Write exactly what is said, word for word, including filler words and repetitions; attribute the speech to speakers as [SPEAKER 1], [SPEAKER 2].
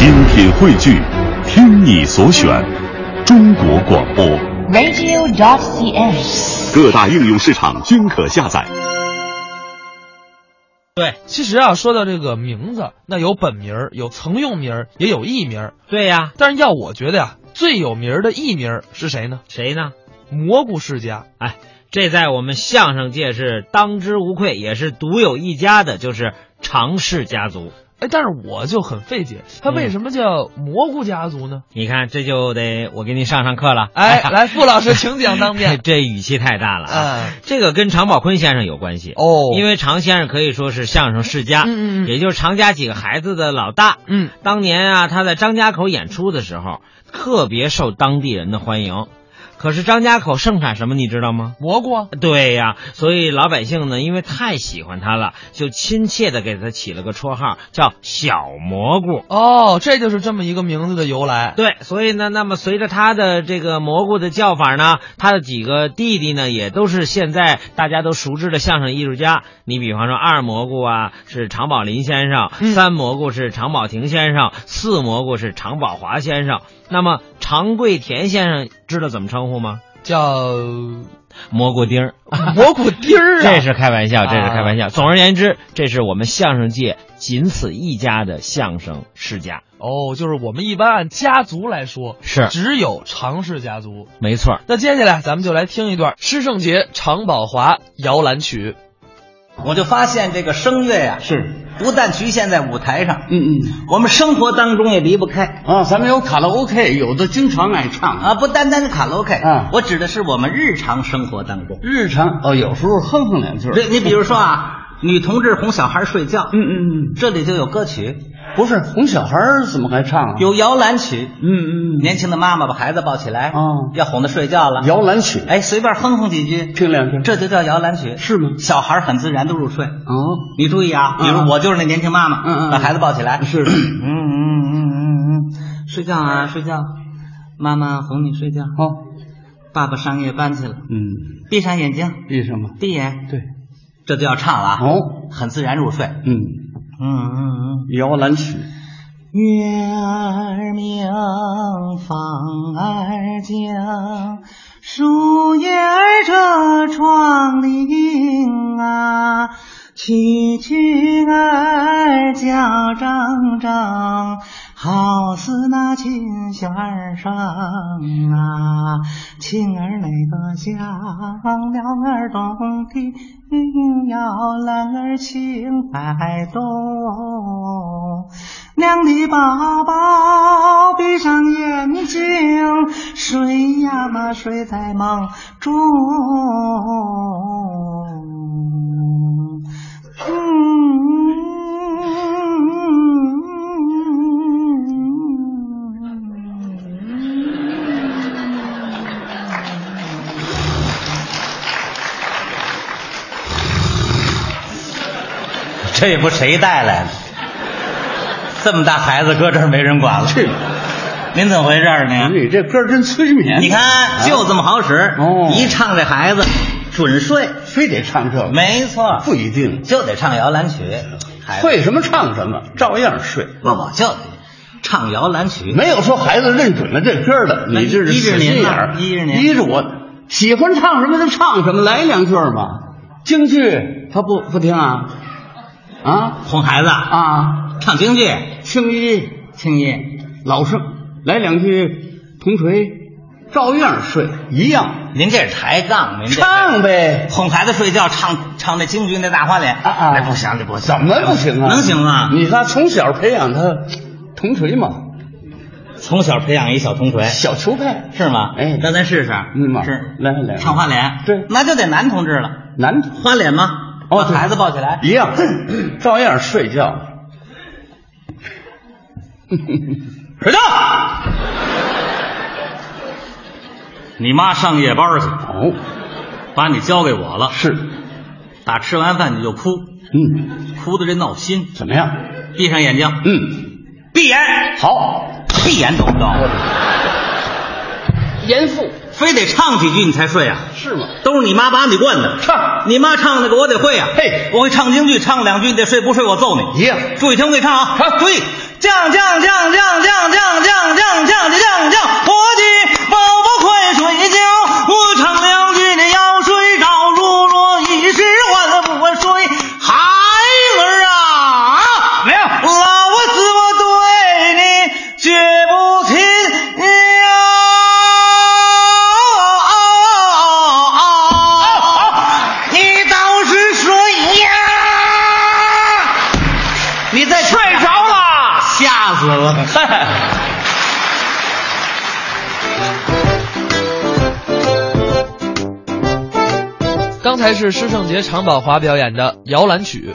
[SPEAKER 1] 精品汇聚，听你所选，中国广播
[SPEAKER 2] radio dot c n，
[SPEAKER 1] 各大应用市场均可下载。
[SPEAKER 3] 对，其实啊，说到这个名字，那有本名，有曾用名，也有艺名。
[SPEAKER 4] 对呀，
[SPEAKER 3] 但是要我觉得呀，最有名的艺名是谁呢？
[SPEAKER 4] 谁呢？
[SPEAKER 3] 蘑菇世家。
[SPEAKER 4] 哎，这在我们相声界是当之无愧，也是独有一家的，就是常氏家族。
[SPEAKER 3] 哎，但是我就很费解，他为什么叫蘑菇家族呢？
[SPEAKER 4] 嗯、你看，这就得我给你上上课了。
[SPEAKER 3] 哎，来，傅老师，请讲当面。
[SPEAKER 4] 这语气太大了啊！
[SPEAKER 3] 嗯、
[SPEAKER 4] 这个跟常宝坤先生有关系
[SPEAKER 3] 哦，
[SPEAKER 4] 因为常先生可以说是相声世家，
[SPEAKER 3] 嗯嗯，
[SPEAKER 4] 也就是常家几个孩子的老大。
[SPEAKER 3] 嗯，
[SPEAKER 4] 当年啊，他在张家口演出的时候，特别受当地人的欢迎。可是张家口盛产什么你知道吗？
[SPEAKER 3] 蘑菇啊。
[SPEAKER 4] 对呀，所以老百姓呢，因为太喜欢他了，就亲切的给他起了个绰号，叫小蘑菇。
[SPEAKER 3] 哦，这就是这么一个名字的由来。
[SPEAKER 4] 对，所以呢，那么随着他的这个蘑菇的叫法呢，他的几个弟弟呢，也都是现在大家都熟知的相声艺术家。你比方说二蘑菇啊，是常宝林先生；
[SPEAKER 3] 嗯、
[SPEAKER 4] 三蘑菇是常宝霆先生；四蘑菇是常宝华先生。那么常贵田先生知道怎么称呼吗？
[SPEAKER 3] 叫
[SPEAKER 4] 蘑菇丁儿。
[SPEAKER 3] 蘑菇丁儿啊！
[SPEAKER 4] 这是开玩笑，这是开玩笑。啊、总而言之，这是我们相声界仅此一家的相声世家。
[SPEAKER 3] 哦，就是我们一般按家族来说，
[SPEAKER 4] 是
[SPEAKER 3] 只有常氏家族。
[SPEAKER 4] 没错。
[SPEAKER 3] 那接下来咱们就来听一段施圣杰、常宝华摇篮曲。
[SPEAKER 5] 我就发现这个声乐呀、啊，
[SPEAKER 6] 是
[SPEAKER 5] 不但局限在舞台上，
[SPEAKER 6] 嗯嗯，
[SPEAKER 5] 我们生活当中也离不开
[SPEAKER 6] 啊。咱们有卡拉 OK， 有的经常爱唱
[SPEAKER 5] 啊，不单单是卡拉 OK
[SPEAKER 6] 啊，
[SPEAKER 5] 我指的是我们日常生活当中，
[SPEAKER 6] 日常哦，有时候哼哼两句。
[SPEAKER 5] 对，你比如说啊，女同志哄小孩睡觉，
[SPEAKER 6] 嗯嗯嗯，
[SPEAKER 5] 这里就有歌曲。
[SPEAKER 6] 不是哄小孩怎么还唱啊？
[SPEAKER 5] 有摇篮曲，
[SPEAKER 6] 嗯嗯，
[SPEAKER 5] 年轻的妈妈把孩子抱起来，
[SPEAKER 6] 啊，
[SPEAKER 5] 要哄他睡觉了，
[SPEAKER 6] 摇篮曲，
[SPEAKER 5] 哎，随便哼哼几句，
[SPEAKER 6] 听两句，
[SPEAKER 5] 这就叫摇篮曲，
[SPEAKER 6] 是吗？
[SPEAKER 5] 小孩很自然的入睡。
[SPEAKER 6] 哦，
[SPEAKER 5] 你注意啊，比如我就是那年轻妈妈，
[SPEAKER 6] 嗯嗯，
[SPEAKER 5] 把孩子抱起来，
[SPEAKER 6] 是，
[SPEAKER 5] 嗯嗯嗯嗯嗯，睡觉啊睡觉，妈妈哄你睡觉，
[SPEAKER 6] 好、哦，
[SPEAKER 5] 爸爸上夜班去了，
[SPEAKER 6] 嗯，
[SPEAKER 5] 闭上眼睛，
[SPEAKER 6] 闭上吧，
[SPEAKER 5] 闭眼，
[SPEAKER 6] 对，
[SPEAKER 5] 这就要唱了啊，
[SPEAKER 6] 哦，
[SPEAKER 5] 很自然入睡，
[SPEAKER 6] 嗯
[SPEAKER 5] 嗯嗯嗯，
[SPEAKER 6] 摇篮曲。
[SPEAKER 5] 月儿明，风儿静，树叶儿遮窗棂啊，蛐蛐儿叫铮铮，好似那琴弦声啊，琴儿那个响，鸟儿动听，摇篮儿轻摆动。娘的宝宝闭上眼睛，睡呀嘛睡在梦中。嗯，这也不谁带来的？这么大孩子搁这儿没人管了，
[SPEAKER 6] 是，
[SPEAKER 5] 您怎么回事呢？
[SPEAKER 6] 你这歌真催眠。
[SPEAKER 5] 你看，就这么好使。
[SPEAKER 6] 哦，
[SPEAKER 5] 一唱这孩子准睡，
[SPEAKER 6] 非得唱这个。
[SPEAKER 5] 没错，
[SPEAKER 6] 不一定，
[SPEAKER 5] 就得唱摇篮曲。
[SPEAKER 6] 会什么唱什么，照样睡。
[SPEAKER 5] 不，我就得唱摇篮曲。
[SPEAKER 6] 没有说孩子认准了这歌的，你这是死心眼儿。
[SPEAKER 5] 依着您，
[SPEAKER 6] 依着我，喜欢唱什么就唱什么，来两句嘛。京剧他不不听啊，啊，
[SPEAKER 5] 哄孩子
[SPEAKER 6] 啊。
[SPEAKER 5] 唱京剧，
[SPEAKER 6] 青衣，
[SPEAKER 5] 青衣，
[SPEAKER 6] 老生来两句铜锤，照样睡，一样。
[SPEAKER 5] 您这是抬杠，您这
[SPEAKER 6] 唱呗，
[SPEAKER 5] 哄孩子睡觉，唱唱那京剧那大花脸
[SPEAKER 6] 啊啊，
[SPEAKER 5] 那不行，这不行，
[SPEAKER 6] 怎么不行啊？
[SPEAKER 5] 能行啊？
[SPEAKER 6] 你看从小培养他铜锤嘛，
[SPEAKER 5] 从小培养一小铜锤，
[SPEAKER 6] 小球派
[SPEAKER 5] 是吗？
[SPEAKER 6] 哎，
[SPEAKER 5] 那咱试试，
[SPEAKER 6] 嗯，
[SPEAKER 5] 是
[SPEAKER 6] 来来，
[SPEAKER 5] 唱花脸，
[SPEAKER 6] 对，
[SPEAKER 5] 那就得男同志了，
[SPEAKER 6] 男
[SPEAKER 5] 花脸吗？
[SPEAKER 6] 哦，
[SPEAKER 5] 把孩子抱起来，
[SPEAKER 6] 一样，照样睡觉。
[SPEAKER 5] 睡觉！你妈上夜班去，
[SPEAKER 6] 哦，
[SPEAKER 5] 把你交给我了。
[SPEAKER 6] 是，
[SPEAKER 5] 打吃完饭你就哭，
[SPEAKER 6] 嗯，
[SPEAKER 5] 哭的这闹心。
[SPEAKER 6] 怎么样？
[SPEAKER 5] 闭上眼睛，
[SPEAKER 6] 嗯，
[SPEAKER 5] 闭眼。
[SPEAKER 6] 好，
[SPEAKER 5] 闭眼懂不懂？
[SPEAKER 3] 严父，
[SPEAKER 5] 非得唱几句你才睡啊？
[SPEAKER 6] 是吗？
[SPEAKER 5] 都是你妈把你惯的。
[SPEAKER 6] 唱，
[SPEAKER 5] 你妈唱那个我得会啊。
[SPEAKER 6] 嘿，
[SPEAKER 5] 我会唱京剧，唱两句你得睡，不睡我揍你。
[SPEAKER 6] 一样。
[SPEAKER 5] 注意听，注意唱啊！
[SPEAKER 6] 好，
[SPEAKER 5] 注意，降降降降
[SPEAKER 6] 嗨。
[SPEAKER 3] 刚才是施圣杰、常宝华表演的摇篮曲。